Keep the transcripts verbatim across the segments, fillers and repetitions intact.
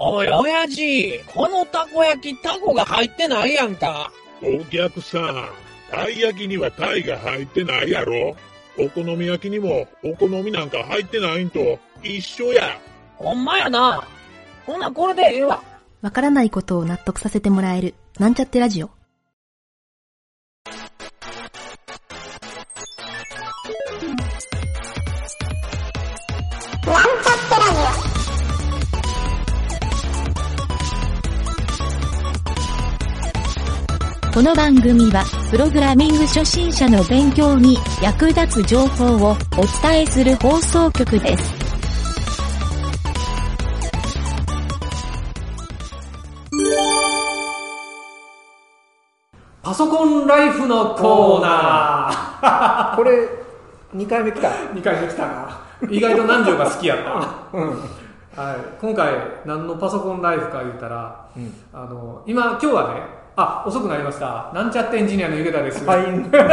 おい、親父、このたこ焼き、タコが入ってないやんか。 お客さん、たい焼きにはタイが入ってないやろ。お好み焼きにもお好みなんか入ってないんと一緒や。 ほんまやな。ほな、これでええわ。 わからないことを納得させてもらえる、なんちゃってラジオ。この番組は、プログラミング初心者の勉強に役立つ情報をお伝えする放送局です。 パソコンライフのコーナーこれ、にかいめ来た。 にかいめ来たな。意外と南條が好きやった。 うん。 はい、今回、何のパソコンライフか言ったら、 うん、 あの、今、今日はね、あ、遅くなりました。なんちゃってエンジニアのゆげたです。 はい。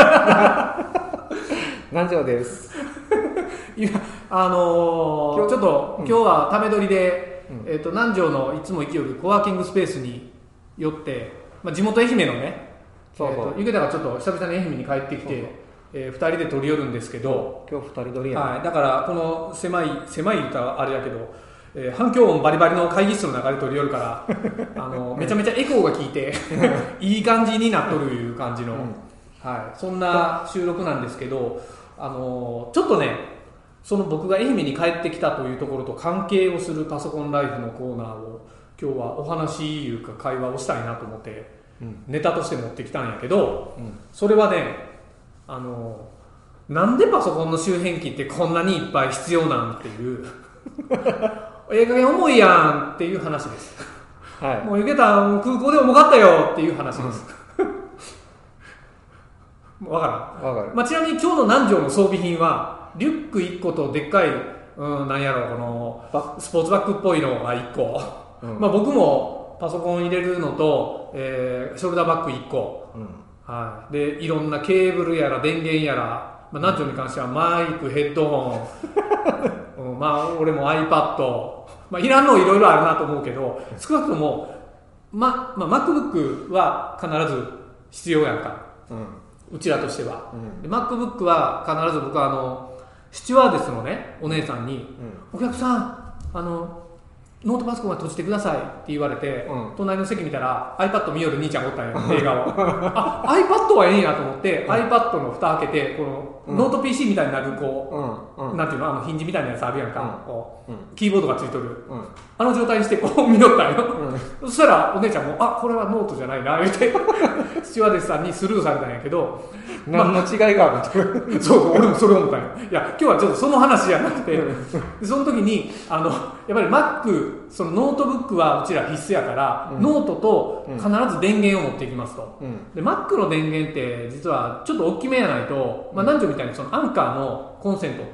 南條です。 いや、あのー、今日ちょっと、うん、今日はため撮りで、うん、えっと、南條のいつも行きよるコワーキングスペースに寄って、まあ、地元愛媛のね、そうそう、えーと、ゆげたがちょっと久々に愛媛に帰ってきて、そうそう、えー、ふたりで撮り寄るんですけど、 今日ふたり撮りや、ね、 はい、だからこの狭い狭い歌はあれやけど、えー、反響音バリバリの会議室の中で撮り寄るからあのめちゃめちゃエコーが効いていい感じになっとるいう感じの、うん、はい、そんな収録なんですけど、あのちょっとね、その僕が愛媛に帰ってきたというところと関係をするパソコンライフのコーナーを今日はお話いうか会話をしたいなと思って、うん、ネタとして持ってきたんやけど、うん、それはね、あのなんでパソコンの周辺機ってこんなにいっぱい必要なんっていうええ加減重いやんっていう話です、はい、もうゆけた空港で重かったよっていう話です、うん、分からん、分かる、まあ、ちなみに今日の南條の装備品はリュックいっことでっかい、うん、なんやろう、このスポーツバッグっぽいのがいっこ、うん、まあ、僕もパソコン入れるのと、えー、ショルダーバッグいっこ、うん、はい、でいろんなケーブルやら電源やら、まあ、南條に関してはマイク、ヘッドホン、うん、まあ俺も iPad、まあ、いらんのいろいろあるなと思うけど、少なくとも、ままあ、MacBook は必ず必要やんか、うん、うちらとしては、うん、MacBook は必ず僕はあのスチュワーデスのねお姉さんに、うん、お客さん、あのノートパソコンは閉じてくださいって言われて、うん、隣の席見たら iPad 見よる兄ちゃんおったんよ、映画をあ、iPad はええんやと思って、うん、iPad の蓋開けてこの、うん、ノート ピーシー みたいになるこう、うんうん、なんていうの、あのヒンジみたいなやつあるやんか、うん、こう、うん、キーボードがついとる、うん、あの状態にしてこう見よったんよ、うん、そしたらお姉ちゃんもあ、これはノートじゃないな言ってスチュワーデスさんにスルーされたんやけど、 何の違いがあるそうそう、俺もそれ思ったんよ。いや、今日はちょっとその話じゃなくてその時にあのやっぱり Mac、そのノートブックはうちら必須やから、うん、ノートと必ず電源を持っていきますと、うん、で Mac の電源って実はちょっと大きめやないと、まあ、南條みたいにそのアンカーのコンセントって、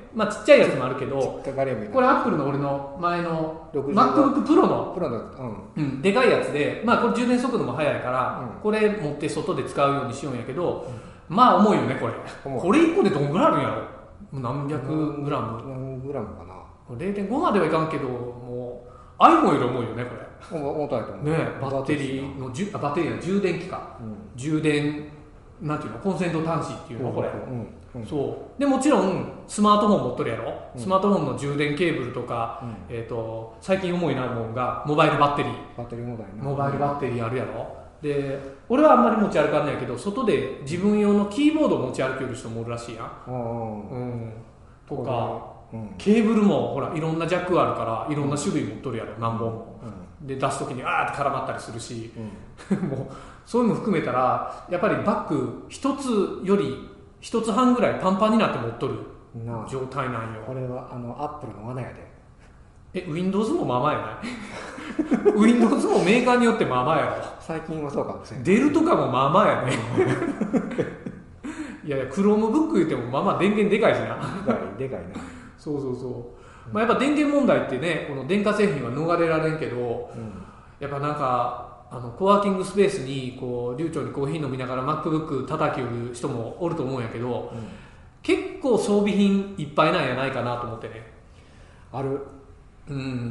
うん、まあ、ちっちゃいやつもあるけど、これ Apple の俺の前の MacBook Pro の、うんうん、でかいやつで、まあ、これ充電速度も速いから、うん、これ持って外で使うようにしようんやけど、うん、まあ重いよねこれ。これいっこでどんぐらいあるんやろ、何百グラム、 何グラムかな、 れいてんご まではいかんけど、もう iPhone より重いよねこれ。 重たいと思う、 ね、バッテリーのじゅあバッテリーの充電器か、うん、充電なんていうの、コンセント端子っていうのこれ、うんうん、そうでもちろんスマートフォン持っとるやろ、うん、スマートフォンの充電ケーブルとか、うん、えー、と最近重いなもんがモバイルバッテリーバッテリー重たいな、 モバイルバッテリーあるやろ。で俺はあんまり持ち歩かんないけど、外で自分用のキーボードを持ち歩ける人もおるらしいやん、うんうん、とか、うん、ケーブルもほらいろんなジャックがあるからいろんな種類持っとるやろ、何本も、うん、で出す時にあーって絡まったりするし、うん、もうそういうの含めたらやっぱりバッグ一つより一つ半ぐらいパンパンになって持っとる状態なんよ。 これはあのアップルの罠やで。 え Windows もまあまあやない Windows もメーカーによってまあまあやろ。 最近はそうかもしれない。 デルとかもまあまあやねいやいや Chromebook 言ってもまあまあ電源でかいしなでかいでかいなそうそうそう、まあ、やっぱ電源問題ってね、この電化製品は逃れられんけど、うん、やっぱなんかあのコワーキングスペースにこう流暢にコーヒー飲みながら MacBook 叩き売る人もおると思うんやけど、うん、結構装備品いっぱいなんやないかなと思ってね。 ある、 うん、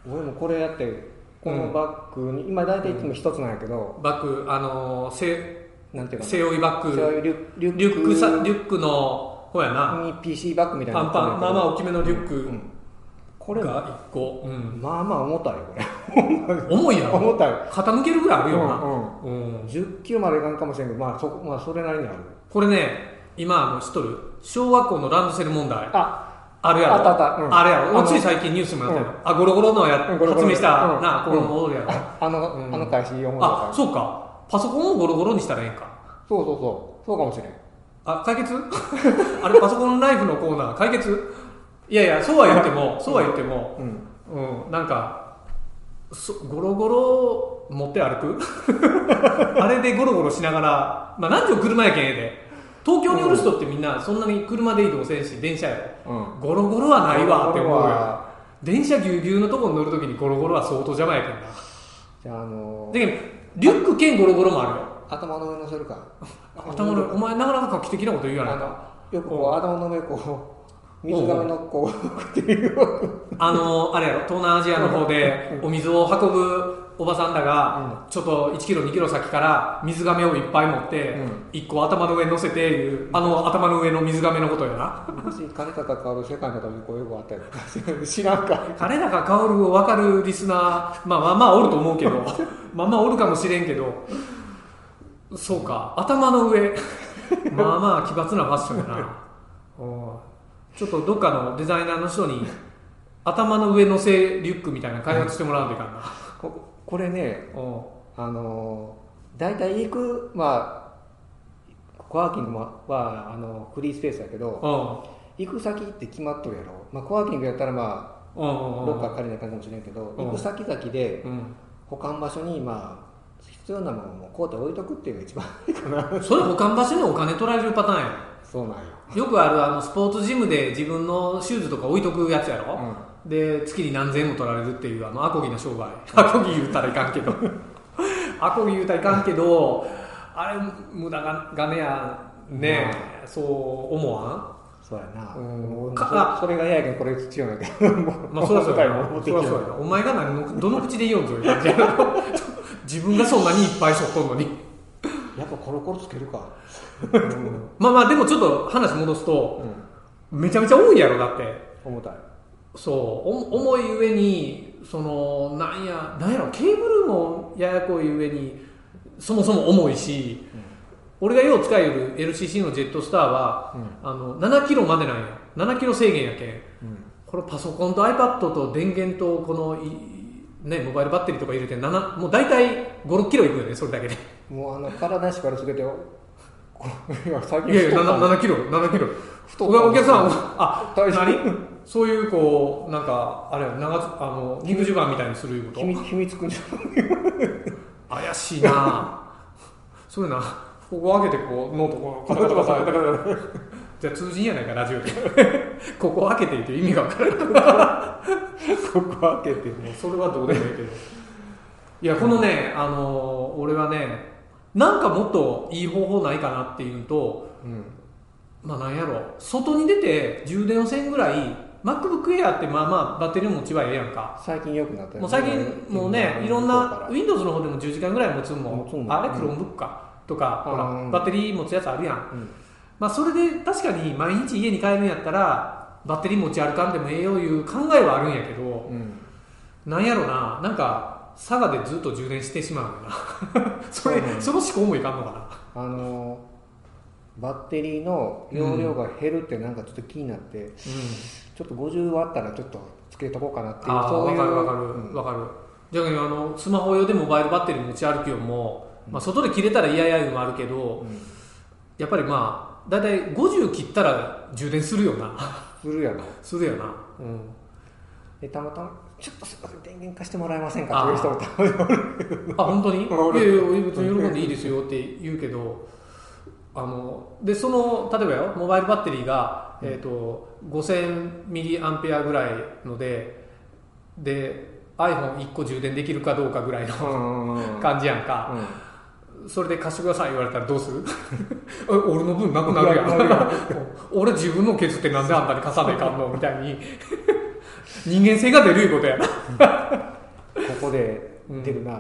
俺もこれやってこのバッグに、うん、今大体いつも一つなんやけど、 バッグあのー、せなんていうか背負いバッグ、 背負いリュリュックリュックさリュックのほうやなに ピーシー バッグみたいなパンパンまあまあ大きめのリュック、うん、 これがいっこ、うん、 まあまあ重たいよこれ重いやろ重たい傾けるぐらいあるよな、 うんうん、じゅっキロまでいかんかもしれんけど、まあ そ, まあそれなりにある。これね今あの知っとる小学校のランドセル問題ああるやろ、 あったあった、うん、 あれやろ、つい最近ニュースもやったよ、うん、あゴロゴロのや、うん、発明した、うん、なこのモデルやろ、 あの、うん、あの会社読むのあそうかパソコンをゴロゴロにしたらええんか。 そうそうそうそうかもしれん。 あ解決あれパソコンライフのコーナー解決。いやいやそうは言ってもそうは言っても、うん、うん、なんかそゴロゴロ持って歩くあれでゴロゴロしながら、まあ何時も車やけんええで。東京におる人ってみんなそんなに車で移動せんし電車やろ、うん、ゴロゴロはないわって思うよ。電車ぎゅうぎゅうのとこに乗るときにゴロゴロは相当邪魔やけんな。 じゃああのー、 でリュック兼ゴロゴロもあるよ。 頭の上乗せるか頭の上お前なかなか画期的なこと言うやないか。 よくこう頭の上こう水がめのこうっていうあのー、あれやろ東南アジアの方でお水を運ぶおばさんらがちょっといちキロにキロ先から水がめをいっぱい持っていっこ頭の上に乗せていうあの頭の上の水がめのことやな。 昔金高薫世界の旅こういう子あったよ知らんか。 金高薫を分かるリスナー、まあ、まあまあおると思うけどまあまあおるかもしれんけどそうか頭の上まあまあ奇抜なファッションやなちょっとどっかのデザイナーの人に頭の上乗せリュックみたいな開発してもらわんといかんな。 こ, これねあの大体行くまあコワーキングはあのフリースペースだけど行く先って決まっとるやろ、まあ、コワーキングやったらまあどっか借りないかもしれんけど行く先々で保管場所にまあ必要なものをこうやって置いとくっていうのが一番いいかな。 それ保管場所にお金取られるパターンや。 そうなんよ。 よくあるあのスポーツジムで自分のシューズとか置いとくやつやろ、うん、で月に何千円も取られるっていうあのアコギな商売アコギ言うたらいかんけどアコギ言うたらいかんけどあれ無駄が金やね、うん、そう思わん。 そうやな、うん、かそ, それが嫌やけんこれ必要やけどまあそりゃそうやなそりゃそうやなお前が何のどの口で言おうぞ自分がそんなにいっぱいしょっとんのにやっぱコロコロつけるか、 うん、まあまあでもちょっと話戻すと、うん、めちゃめちゃ重いやろだって重たい。 そう重い上にそのなんやなんやろケーブルもややこい上にそもそも重いし、うん、俺がよう使える エルシーシー のジェットスターは、うん、あのななキロまでなんやななキロ制限やけん、うん、これパソコンと iPad と電源とこのね、モバイルバッテリーとか入れてななもう大体ご、ろっキロいくよねそれだけで。 もうあの体しからつけてよいやいやいやななキロななキロお客さんあ何そういうこうなんかあれ長あの肉襦袢みたいにすること秘密くんじゃ怪しいなそういうなここ開けてこうノートこうカタカタカタカタカタじゃあ通じんやないかラジオでここ開けていて意味が分からないここ開けてもうそれはどうでもいいけどいやこのね、あのー、俺はねなんかもっといい方法ないかなっていうのと、うん、まあなんやろ外に出て充電をせんぐらい MacBook Air ってまあまあバッテリー持ちはええやんか。 最近良くなったよね。 もう最近もうねいろんな Windows の方でもじゅうじかんぐらい持つんもあれ Chromebook かとかほらバッテリー持つやつあるやん、うんまあ、それで確かに毎日家に帰るんやったらバッテリー持ち歩かんでもええよいう考えはあるんやけど、うん、なんやろななんか佐賀でずっと充電してしまうんだなそれ、うん、その思考もいかんのかな。あのバッテリーの容量が減るってなんかちょっと気になって、うん、ちょっとごじゅうあったらちょっとつけとこうかなっていうあそういう分かる分かる、うん、分かる。じゃああのスマホ用でモバイルバッテリー持ち歩きよりも、まあ、外で切れたら嫌やいうのもあるけど、うん、やっぱりまあだいたいごじゅう切ったら充電するよなするやろするやな、うん、 でたまたまちょっとすいません電源貸してもらえませんかっていう人もたまにおるあ本当にいやいや別に喜んでいいですよって言うけどあのでその例えばよモバイルバッテリーが、うんえー、とごせんミリアンペアぐらいのでで アイフォンいっこ充電できるかどうかぐらいの感じやんか、うん、それで貸してください言われたらどうする俺の分なくなるやん俺自分の削ってなんであんたに貸さないかんのみたいに人間性が出るいうことやなここで出るな、うん、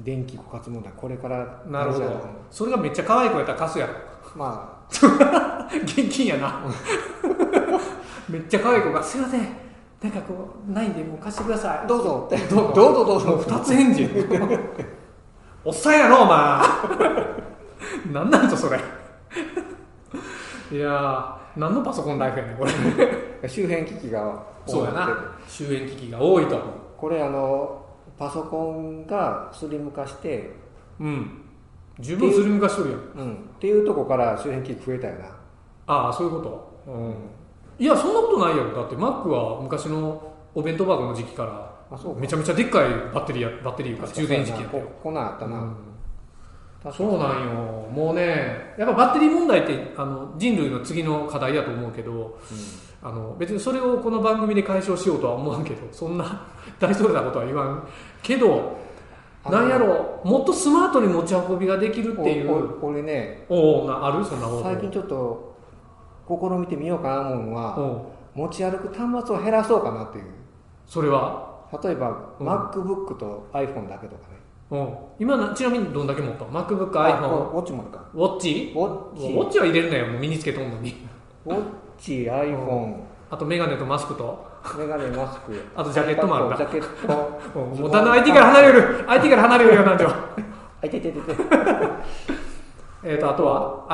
電気枯渇問題これからなるほどそれがめっちゃ可愛い子やったら貸すやろまあ現金やなめっちゃ可愛い子がすいませんなんかこうないんでもう貸してくださいどうぞってどうぞどうぞどうぞ二つ返事おっさんやろお前なんなんとそれいやー何のパソコンライフやねんこれ周辺機器がそうやな周辺機器が多いとこれあのパソコンがスリム化してうん十分スリム化しとるやん、 うん、っていうとこから周辺機器増えたよなああそういうこと、うん、いやそんなことないやろだって Mac は昔のお弁当箱の時期からめちゃめちゃでっかいバッテリーやバッテリーか充電時期やったよこ, こんなんあったな、うんそうなんよもうねやっぱバッテリー問題ってあの人類の次の課題だと思うけど、うん、あの別にそれをこの番組で解消しようとは思わんけどそんな大それたことは言わんけどなんやろもっとスマートに持ち運びができるっていうこれねおなあるそんな方法最近ちょっと試みてみようかな思うのは持ち歩く端末を減らそうかなっていうそれは例えば、うん、MacBook と iPhone だけとかねうん、今ちなみにどんだけ持った MacBook、iPhone、 ウォッチもあるかウォッチウォッチウォッチは入れるなよもう身につけとんのにウォッチ、iPhone、 あとメガネとマスクとメガネ、マスクあとジャケットもあるかジャケットもうだんだん アイティー から離れる アイティー から離れるよなんてよあいていていてえっとあとは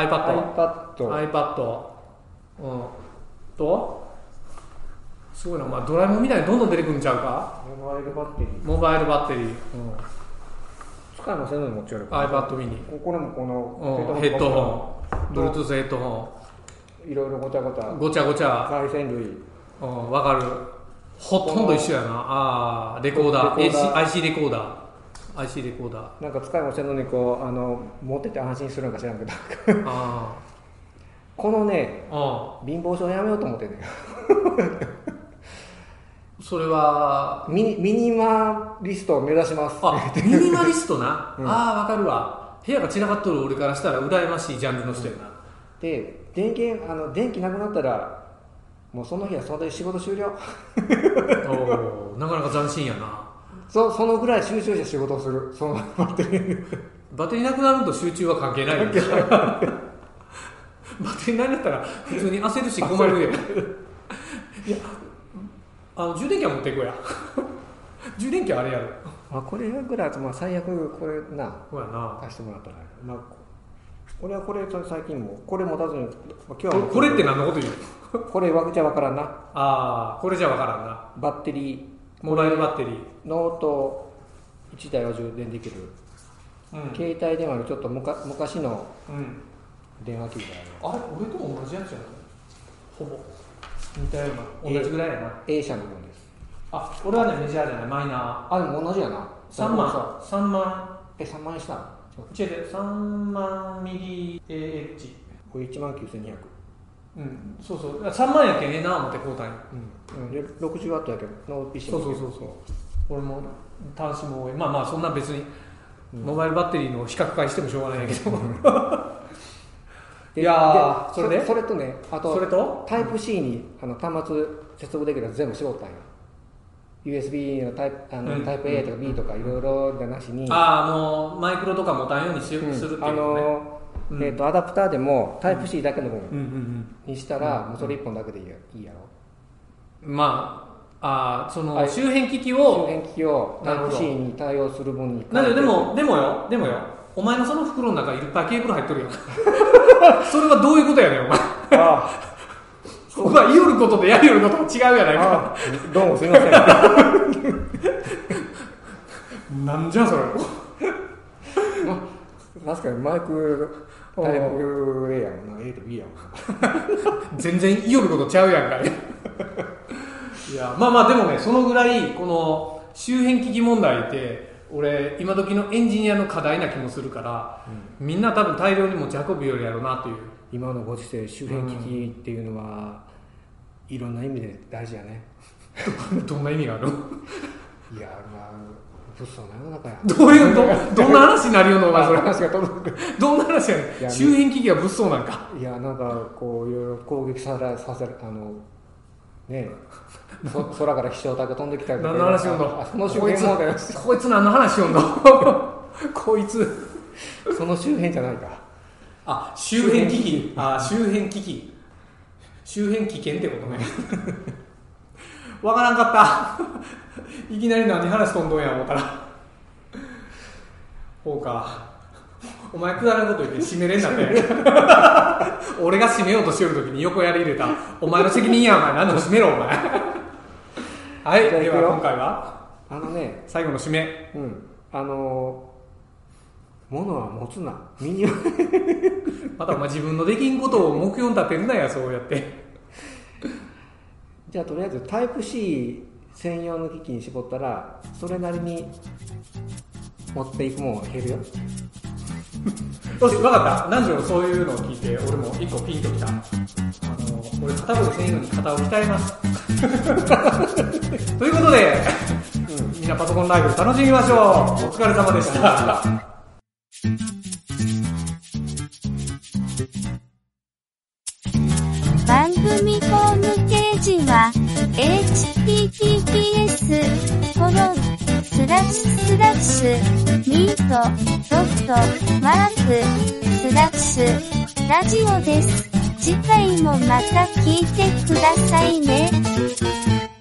iPad iPad うんとすごいな、まあ、ドラえもんみたいにどんどん出てくるんちゃうかモバイルバッテリーモバイルバッテリー、うん使いませんのに持ち歩く iPad mini これもこのヘッドホン Bluetooth ヘッドホンいろいろごちゃごちゃごちゃごちゃ回線類うん分かるほとんど一緒やなああレコーダー アイシー レコーダー アイシー レコーダーなんか使いませんのにこうあの持ってて安心するのか知らんけどあこのねあ貧乏症やめようと思ってねそれはミニ、ミニマリストを目指しますあミニマリストな、うん、ああ分かるわ部屋が散らかっとる俺からしたら羨ましいジャンルの人やな、うん、 で電源あの電気なくなったらもうその日はそれで仕事終了おなかなか斬新やなそ, そのぐらい集中して仕事をするそのバッテリーバッテリーなくなると集中は関係ないよバッテリーなくなったら普通に焦るし困るよいやあの充電器は持っていこうや充電器はあれやろあこれぐらいまあ最悪これなそうやな貸してもらったら、まあ、俺はこれ最近もこれ持たずに、まあ、 今日はこれって何のこと言うこれじゃ分からんなああこれじゃ分からんなバッテリーモバイルバッテリーノートいちだいを充電できる、うん、携帯電話のちょっとむか昔の電話機がある、うん、あれ俺とも同じやつやなほぼ似たような同じぐらいやな A 社の分ですあ俺はねメジャーじゃないマイナーあでも同じやなさんまんさんまんえさんまん円した違う違うさんまんミリ エーエイチこれいちまんきゅうせんにひゃくうんそうそうさんまんやけんええな思って交代うん、うん、でろくじゅうワットやけどの ピーシーそうそうそうそう俺も端子もまあまあそんな別に、うん、モバイルバッテリーの比較会してもしょうがないんやけどいやそれでそれとねあとそれとタイプ C にあの端末接続できるやつ全部絞ったんよ ユーエスビー のタイプ、あの、うん、タイプ A とか B とかいろいろじゃなしにああもうマイクロとか持たんようにし、うん、するっていうねあの、 うんえー、とアダプターでもタイプ C だけの分にしたら、うんうんうん、もうそれいっぽんだけでいいや、いいやろまああその周辺機器を周辺機器をタイプ C に対応する分になんででもでもよでもよお前のその袋の中いっぱいケーブル入っとるよそれはどういうことやねんお前ああお前言うこととやりよることも違うやないかどうもすいませんなんじゃそれ、 ま、確かにマイクタイプ A やもんな A と B やもん全然言いよることちゃうやんかいいやまあまあでもねそのぐらいこの周辺機器問題って俺今時のエンジニアの課題な気もするから、うん、みんな多分大量に持ち運ぶよりやろうなという今のご時世周辺機器っていうのは、うん、いろんな意味で大事やねどんな意味があるいやまあ物騒な世の中やどういうどどんな話になるよのお前それ話が飛ぶどんな話やねん周辺機器が物騒なんかいやなんかこういろいろ攻撃されさせるあのねえそ空から飛翔体が飛んできたりとか何の話しよんのその周辺もだよこいつ何の話しよんのこいつその周辺じゃないかあ周辺危機あ周辺危機周辺危険ってことねわからんかったいきなり何話飛んどんや思ったらそうかお前くだらんこと言って締めれんだって俺が締めようとしてる時に横やり入れたお前の責任やお前何でも締めろお前はいでは今回はあのね最後の締めうんあの物は持つな身にはまたお前自分のできんことを目標に立てるなやそうやってじゃあとりあえずタイプ C 専用の機器に絞ったらそれなりに持っていくもんは減るよよし分かった南條のそういうのを聞いて俺も一個ピンときたあの俺肩こりせんのに肩を鍛えますということで、うん、みんなパソコンライブ楽しみましょうお疲れ様でした番組ホームページは エイチティーティーピーエス コロンスラッシュスラッシュミートドットマークスラッシュラジオです。次回もまた聞いてくださいね。